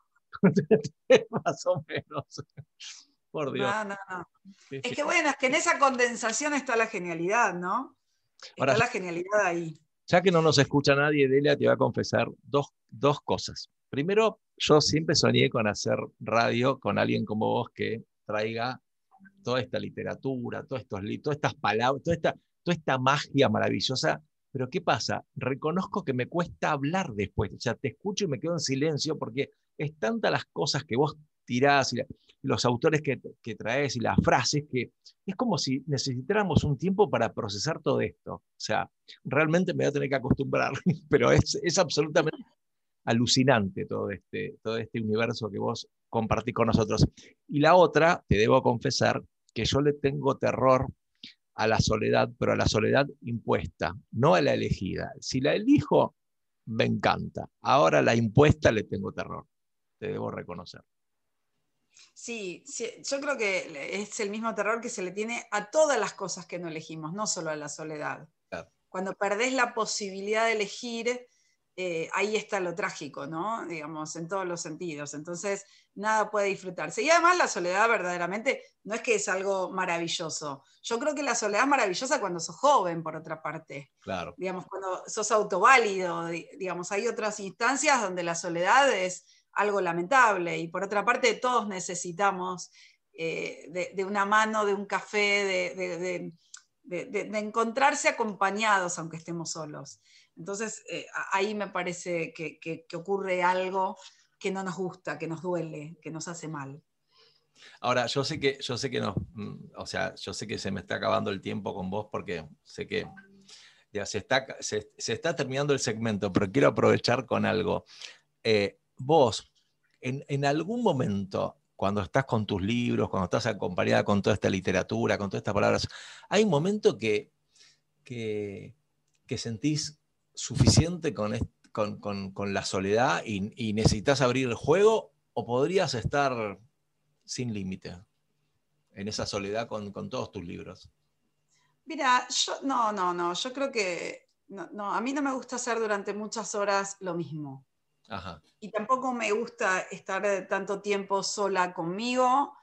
Más o menos. Por Dios. No. Es que bueno, es que en esa condensación está la genialidad, ¿no? Ahora, está la genialidad ahí. Ya que no nos escucha nadie, Delia, te voy a confesar dos cosas. Primero, yo siempre soñé con hacer radio con alguien como vos que traiga toda esta literatura, todas estas palabras, toda esta magia maravillosa. Pero ¿qué pasa? Reconozco que me cuesta hablar después. O sea, te escucho y me quedo en silencio porque es tantas las cosas que vos tirás y los autores que traes y las frases que es como si necesitáramos un tiempo para procesar todo esto. O sea, realmente me voy a tener que acostumbrar, pero es absolutamente alucinante todo este universo que vos compartís con nosotros. Y la otra, te debo confesar, que yo le tengo terror a la soledad, pero a la soledad impuesta, no a la elegida. Si la elijo, me encanta. Ahora la impuesta le tengo terror, te debo reconocer. Sí, yo creo que es el mismo terror que se le tiene a todas las cosas que no elegimos, no solo a la soledad. Claro. Cuando perdés la posibilidad de elegir, ahí está lo trágico, ¿no? Digamos, en todos los sentidos. Entonces, nada puede disfrutarse. Y además la soledad verdaderamente no es que es algo maravilloso. Yo creo que la soledad es maravillosa cuando sos joven, por otra parte. Claro. Digamos, cuando sos autoválido, digamos, hay otras instancias donde la soledad es algo lamentable. Y por otra parte, todos necesitamos de una mano, de un café, de encontrarse acompañados, aunque estemos solos. Entonces, ahí me parece que ocurre algo que no nos gusta, que nos duele, que nos hace mal. Ahora, yo sé que o sea, yo sé que se me está acabando el tiempo con vos porque sé que ya se está terminando el segmento, pero quiero aprovechar con algo. Vos, en algún momento, cuando estás con tus libros, cuando estás acompañada con toda esta literatura, con todas estas palabras, hay un momento que sentís suficiente con la soledad y necesitas abrir el juego, o podrías estar sin límite en esa soledad con todos tus libros? Mira, yo creo que a mí no me gusta hacer durante muchas horas lo mismo. Ajá. Y tampoco me gusta estar tanto tiempo sola conmigo,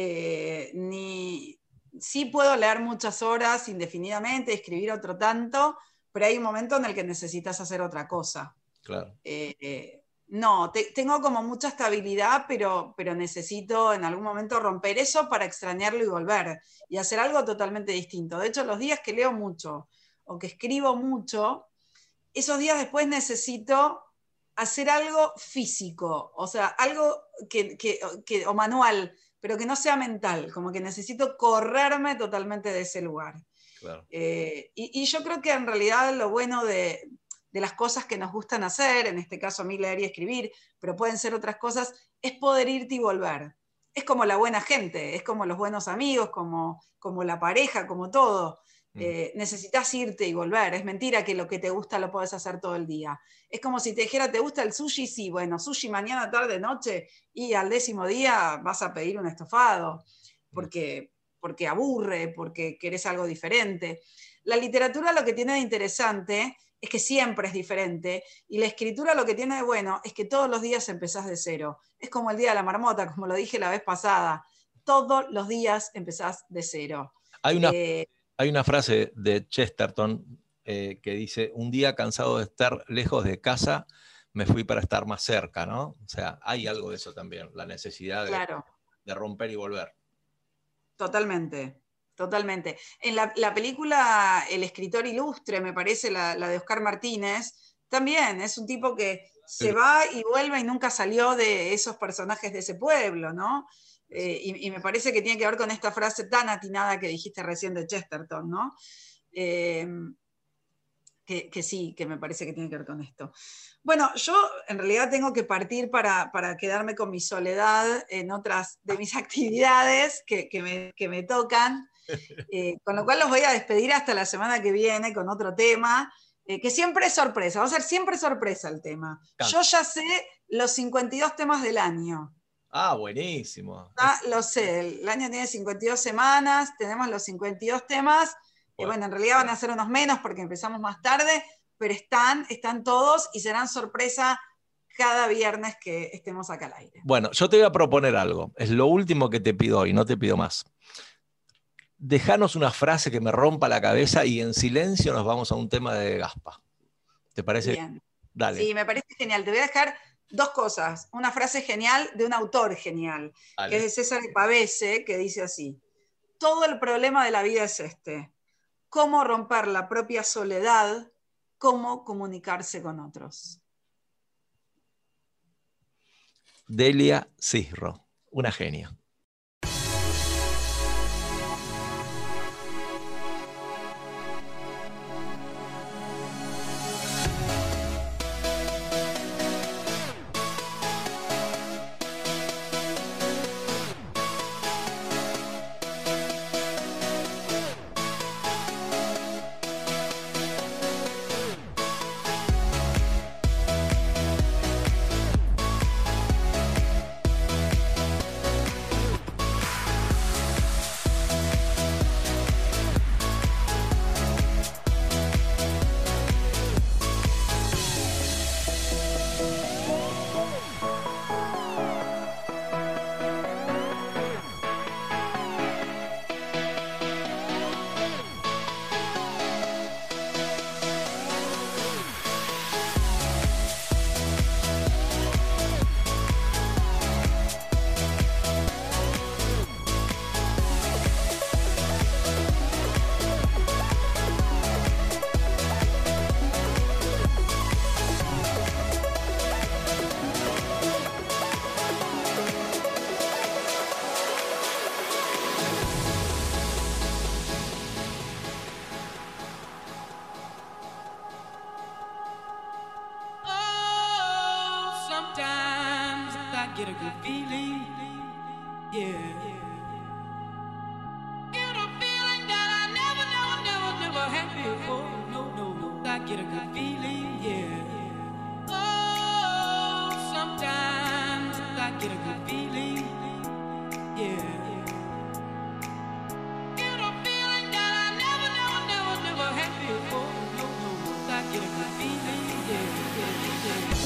sí puedo leer muchas horas indefinidamente, escribir otro tanto, pero hay un momento en el que necesitas hacer otra cosa. Claro. Tengo como mucha estabilidad, pero necesito en algún momento romper eso para extrañarlo y volver, y hacer algo totalmente distinto. De hecho, los días que leo mucho o que escribo mucho, esos días después necesito hacer algo físico, o sea, algo o manual, pero que no sea mental, como que necesito correrme totalmente de ese lugar. Claro. Y yo creo que en realidad lo bueno de las cosas que nos gustan hacer, en este caso a mí leer y escribir, pero pueden ser otras cosas, es poder irte y volver. Es como la buena gente, es como los buenos amigos, como la pareja, como todo. Necesitas irte y volver. Es mentira que lo que te gusta lo podés hacer todo el día. Es como si te dijera, ¿te gusta el sushi? Sí, bueno, sushi mañana, tarde, noche, y al 10º día vas a pedir un estofado, porque aburre, porque querés algo diferente. La literatura lo que tiene de interesante es que siempre es diferente, y la escritura lo que tiene de bueno es que todos los días empezás de cero. Es como el día de la marmota, como lo dije la vez pasada. Todos los días empezás de cero. Hay una frase de Chesterton que dice, un día cansado de estar lejos de casa, me fui para estar más cerca, ¿no? O sea, hay algo de eso también, la necesidad Claro. de romper y volver. Totalmente, totalmente. En la película El escritor ilustre, me parece, la de Oscar Martínez, también es un tipo que se va y vuelve y nunca salió de esos personajes de ese pueblo, ¿no? Y me parece que tiene que ver con esta frase tan atinada que dijiste recién de Chesterton, ¿no? Que sí, que me parece que tiene que ver con esto. Bueno, yo en realidad tengo que partir para quedarme con mi soledad en otras de mis actividades que me tocan, con lo cual los voy a despedir hasta la semana que viene con otro tema, que siempre es sorpresa, va a ser siempre sorpresa el tema. Yo ya sé los 52 temas del año. Ah, buenísimo. Lo sé, el año tiene 52 semanas, tenemos los 52 temas. Bueno, en realidad van a ser unos menos porque empezamos más tarde, pero están todos y serán sorpresa cada viernes que estemos acá al aire. Bueno, yo te voy a proponer algo. Es lo último que te pido hoy, no te pido más. Dejanos una frase que me rompa la cabeza y en silencio nos vamos a un tema de Gaspa. ¿Te parece? Bien. Dale. Sí, me parece genial. Te voy a dejar 2 cosas. Una frase genial de un autor genial, Dale. que es de César Pavese, que dice así: todo el problema de la vida es este. Cómo romper la propia soledad, cómo comunicarse con otros. Delia Cisro, una genia. Get a good feeling, yeah. Get a feeling that I never had before. No, I get a good feeling, yeah. Oh, sometimes I get a good feeling, yeah. Get a feeling that I never had before. No, I get a good feeling, yeah.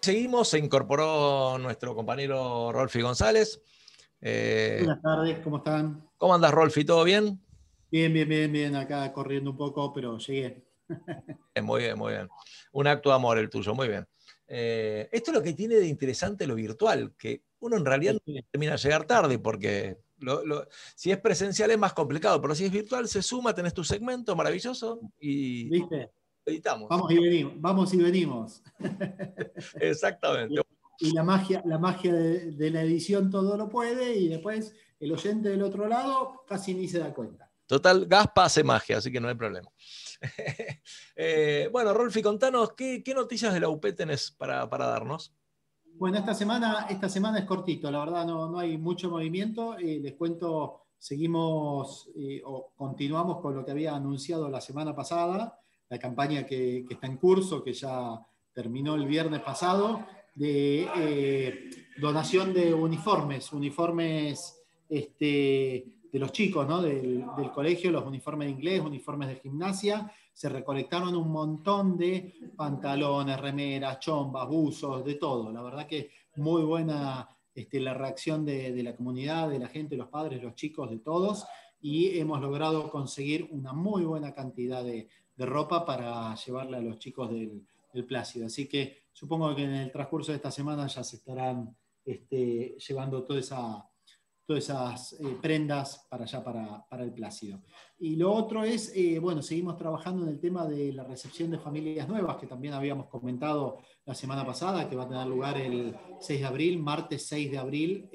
Seguimos, se incorporó nuestro compañero Rolfi González. Buenas tardes, ¿cómo están? ¿Cómo andas, Rolfi? ¿Todo bien? Bien, acá corriendo un poco, pero llegué. Muy bien, muy bien. Un acto de amor el tuyo, muy bien. Esto es lo que tiene de interesante lo virtual, que uno en realidad no termina de llegar tarde, porque si es presencial es más complicado, pero si es virtual se suma, tenés tu segmento maravilloso y ¿Viste? editamos. Vamos y venimos. Exactamente. Y la magia de la edición todo lo puede, y después el oyente del otro lado casi ni se da cuenta. Total, Gaspa hace magia, así que no hay problema. Bueno, Rolfi, contanos, ¿qué noticias de la UP tenés para darnos? Bueno, esta semana es cortito, la verdad no hay mucho movimiento. Les cuento, seguimos o continuamos con lo que había anunciado la semana pasada, la campaña que está en curso, que ya terminó el viernes pasado, de donación de uniformes de los chicos, ¿no? del colegio, los uniformes de inglés, uniformes de gimnasia. Se recolectaron un montón de pantalones, remeras, chombas, buzos, de todo. La verdad que muy buena la reacción de la comunidad, de la gente, los padres, los chicos, de todos, y hemos logrado conseguir una muy buena cantidad de ropa para llevarle a los chicos del Plácido. Así que supongo que en el transcurso de esta semana ya se estarán llevando todas esas prendas para allá, para el Plácido. Y lo otro es, seguimos trabajando en el tema de la recepción de familias nuevas, que también habíamos comentado la semana pasada, que va a tener lugar el 6 de abril, martes 6 de abril,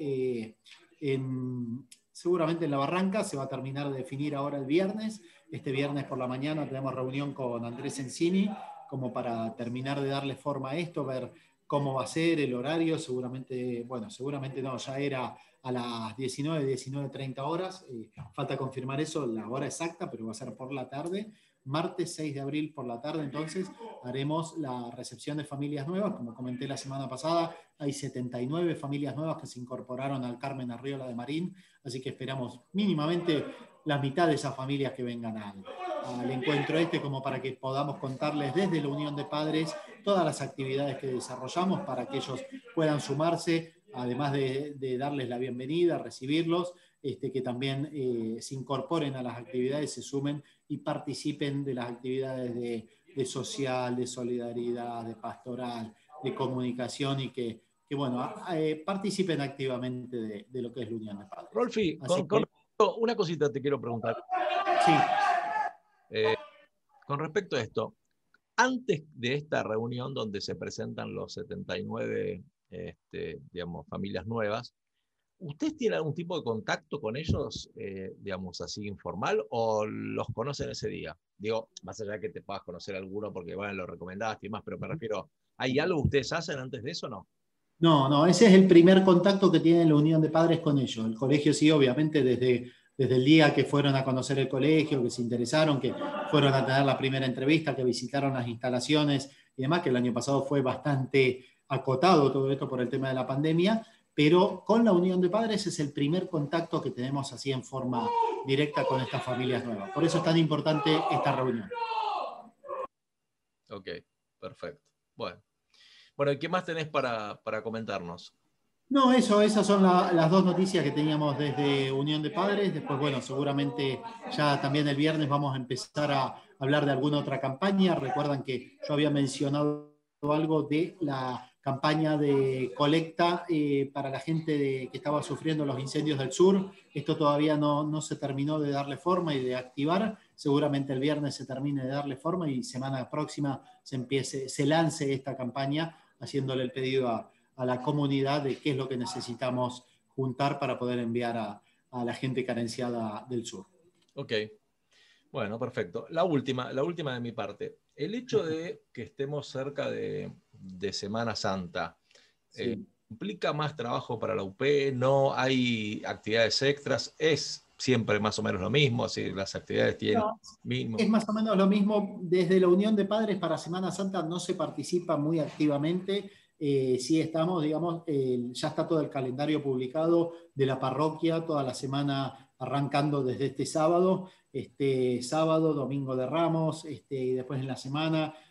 seguramente en La Barranca. Se va a terminar de definir ahora el viernes. Este viernes por la mañana tenemos reunión con Andrés Encini, como para terminar de darle forma a esto, ver cómo va a ser el horario. Seguramente no, ya era a las 19:30 horas. Falta confirmar eso, la hora exacta, pero va a ser por la tarde. Martes 6 de abril por la tarde, entonces, haremos la recepción de familias nuevas. Como comenté la semana pasada, hay 79 familias nuevas que se incorporaron al Carmen Arriola de Marín, así que esperamos mínimamente la mitad de esas familias que vengan al encuentro como para que podamos contarles desde la Unión de Padres todas las actividades que desarrollamos, para que ellos puedan sumarse, además de darles la bienvenida, recibirlos, que también se incorporen a las actividades, se sumen y participen de las actividades de social, de solidaridad, de pastoral, de comunicación, y que participen activamente de lo que es la Unión de Padres. Rolfi, una cosita te quiero preguntar. Sí. Con respecto a esto, antes de esta reunión donde se presentan los 79 familias nuevas, ¿ustedes tienen algún tipo de contacto con ellos, así informal, o los conocen ese día? Digo, más allá de que te puedas conocer alguno porque lo recomendaste y más, pero me refiero, ¿hay algo que ustedes hacen antes de eso o no? No, ese es el primer contacto que tiene la Unión de Padres con ellos. El colegio sí, obviamente, desde el día que fueron a conocer el colegio, que se interesaron, que fueron a tener la primera entrevista, que visitaron las instalaciones y demás, que el año pasado fue bastante acotado todo esto por el tema de la pandemia, pero con la Unión de Padres es el primer contacto que tenemos así en forma directa con estas familias nuevas. Por eso es tan importante esta reunión. Ok, perfecto. Bueno, ¿y qué más tenés para comentarnos? No, esas son las dos noticias que teníamos desde Unión de Padres. Después, seguramente ya también el viernes vamos a empezar a hablar de alguna otra campaña. Recuerdan que yo había mencionado algo de la campaña de colecta para la gente que estaba sufriendo los incendios del sur. Esto todavía no se terminó de darle forma y de activar. Seguramente el viernes se termine de darle forma y semana próxima se lance esta campaña, haciéndole el pedido a la comunidad de qué es lo que necesitamos juntar para poder enviar a la gente carenciada del sur. Ok, bueno, perfecto. La última de mi parte. El hecho de que estemos cerca de Semana Santa, Sí. ¿implica más trabajo para la UP? ¿No hay actividades extras? ¿Es siempre más o menos lo mismo? Así, las actividades tienen mínimo. Es más o menos lo mismo. Desde la Unión de Padres para Semana Santa no se participa muy activamente. Sí estamos, ya está todo el calendario publicado de la parroquia, toda la semana arrancando desde este sábado, domingo de Ramos, y después en la semana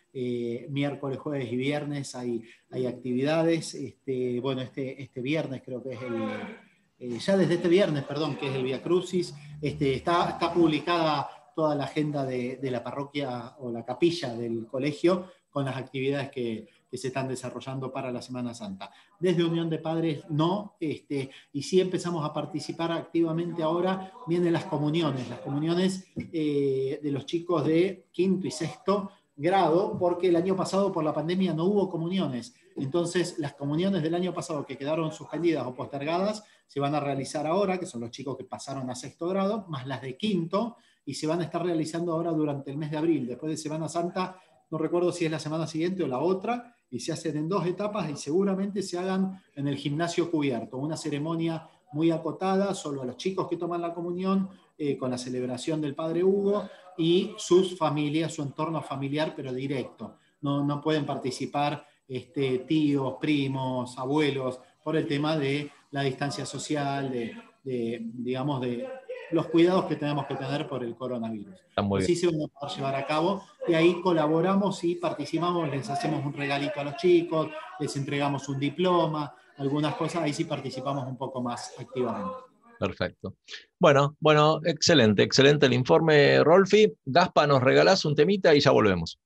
miércoles, jueves y viernes hay actividades. Bueno, este viernes creo que es ya desde este viernes, perdón, que es el Vía Crucis, está publicada toda la agenda de la parroquia o la capilla del colegio con las actividades que se están desarrollando para la Semana Santa. Desde Unión de Padres no, y sí empezamos a participar activamente ahora, vienen las comuniones de los chicos de quinto y sexto grado, porque el año pasado por la pandemia no hubo comuniones. Entonces las comuniones del año pasado que quedaron suspendidas o postergadas se van a realizar ahora, que son los chicos que pasaron a sexto grado, más las de quinto, y se van a estar realizando ahora durante el mes de abril, después de Semana Santa. No recuerdo si es la semana siguiente o la otra, y se hacen en 2 etapas y seguramente se hagan en el gimnasio cubierto, una ceremonia muy acotada, solo a los chicos que toman la comunión, con la celebración del Padre Hugo y sus familias, su entorno familiar, pero directo. No pueden participar tíos, primos, abuelos, por el tema de la distancia social, digamos, de los cuidados que tenemos que tener por el coronavirus. Así se van a poder llevar a cabo, y ahí colaboramos y participamos, les hacemos un regalito a los chicos, les entregamos un diploma, algunas cosas, ahí sí participamos un poco más activamente. Perfecto. Bueno, excelente el informe, Rolfi. Gaspa, nos regalás un temita y ya volvemos.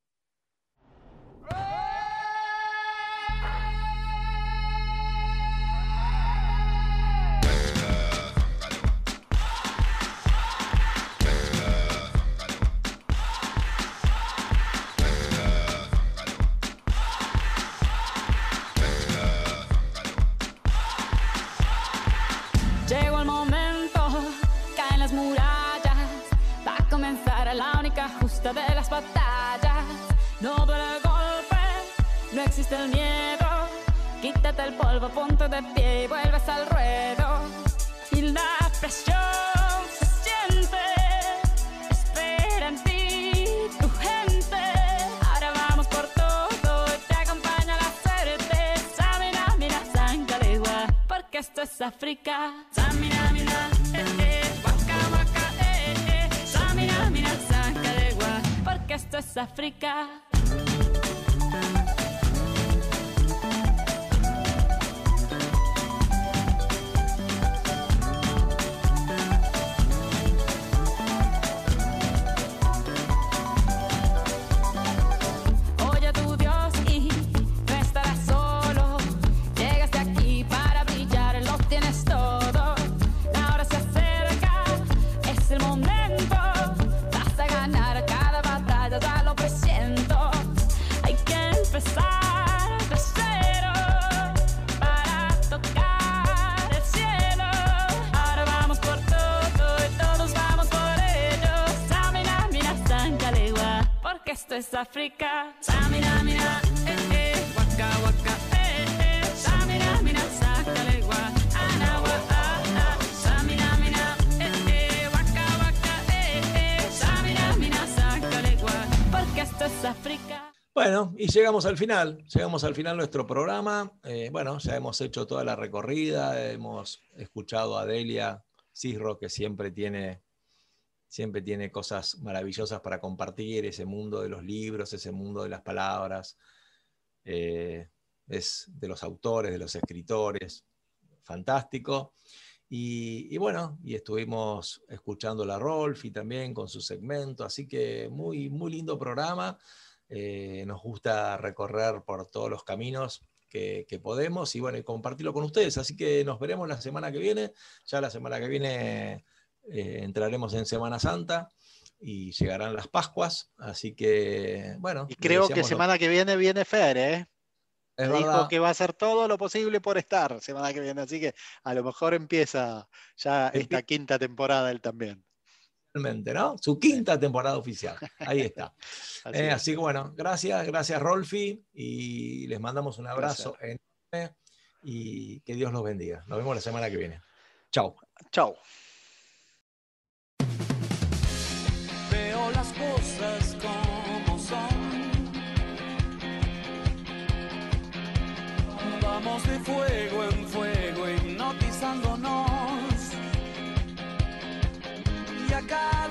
Llegó el momento, caen las murallas, va a comenzar la única justa de las batallas. No duele el golpe, no existe el miedo, quítate el polvo, ponte de pie y vuelves al ruedo. Y la presión se siente, espera en ti tu gente. Ahora vamos por todo y te acompaña la suerte. Samina, mira, Sancalegua, porque esto es África. Samina, mira, waka, waka, Samina, mira, Sancalegua, porque esto es África. Oye a tu Dios y no estarás solo. Llegaste aquí para brillar, lo tienes todo. La hora se acerca, es el momento. Vas a ganar cada batalla, ya lo presiento. Hay que empezar de cero para tocar el cielo. Ahora vamos por todo y todos vamos por ello. Samina, mira, Sancalegua, porque esto es África. Samina, mira, waka, waka, Samina, mira, Sancalegua, Anawa, Samina, mira, waka, waka, Samina, mira, Sancalegua, porque esto es África. Bueno, y llegamos al final de nuestro programa. Bueno, ya hemos hecho toda la recorrida, hemos escuchado a Delia Cisro, que siempre tiene cosas maravillosas para compartir, ese mundo de los libros, ese mundo de las palabras, es de los autores, de los escritores, fantástico. Y bueno, y estuvimos escuchando a Rolfi también con su segmento, así que muy, muy lindo programa. Nos gusta recorrer por todos los caminos que podemos y bueno, y compartirlo con ustedes. Así que nos veremos la semana que viene. Ya la semana que viene entraremos en Semana Santa y llegarán las Pascuas. Así que bueno. Y creo que semana que viene Fer, ¿eh? Dijo que va a hacer todo lo posible por estar semana que viene, así que a lo mejor empieza ya esta quinta temporada él también. ¿No? Su quinta temporada oficial. Ahí está. Así que bueno, gracias Rolfi, y les mandamos un abrazo enorme y que Dios los bendiga. Nos vemos la semana que viene. Chau. Chau. Veo las cosas como son. Vamos de fuego en fuego hipnotizándonos. Y acá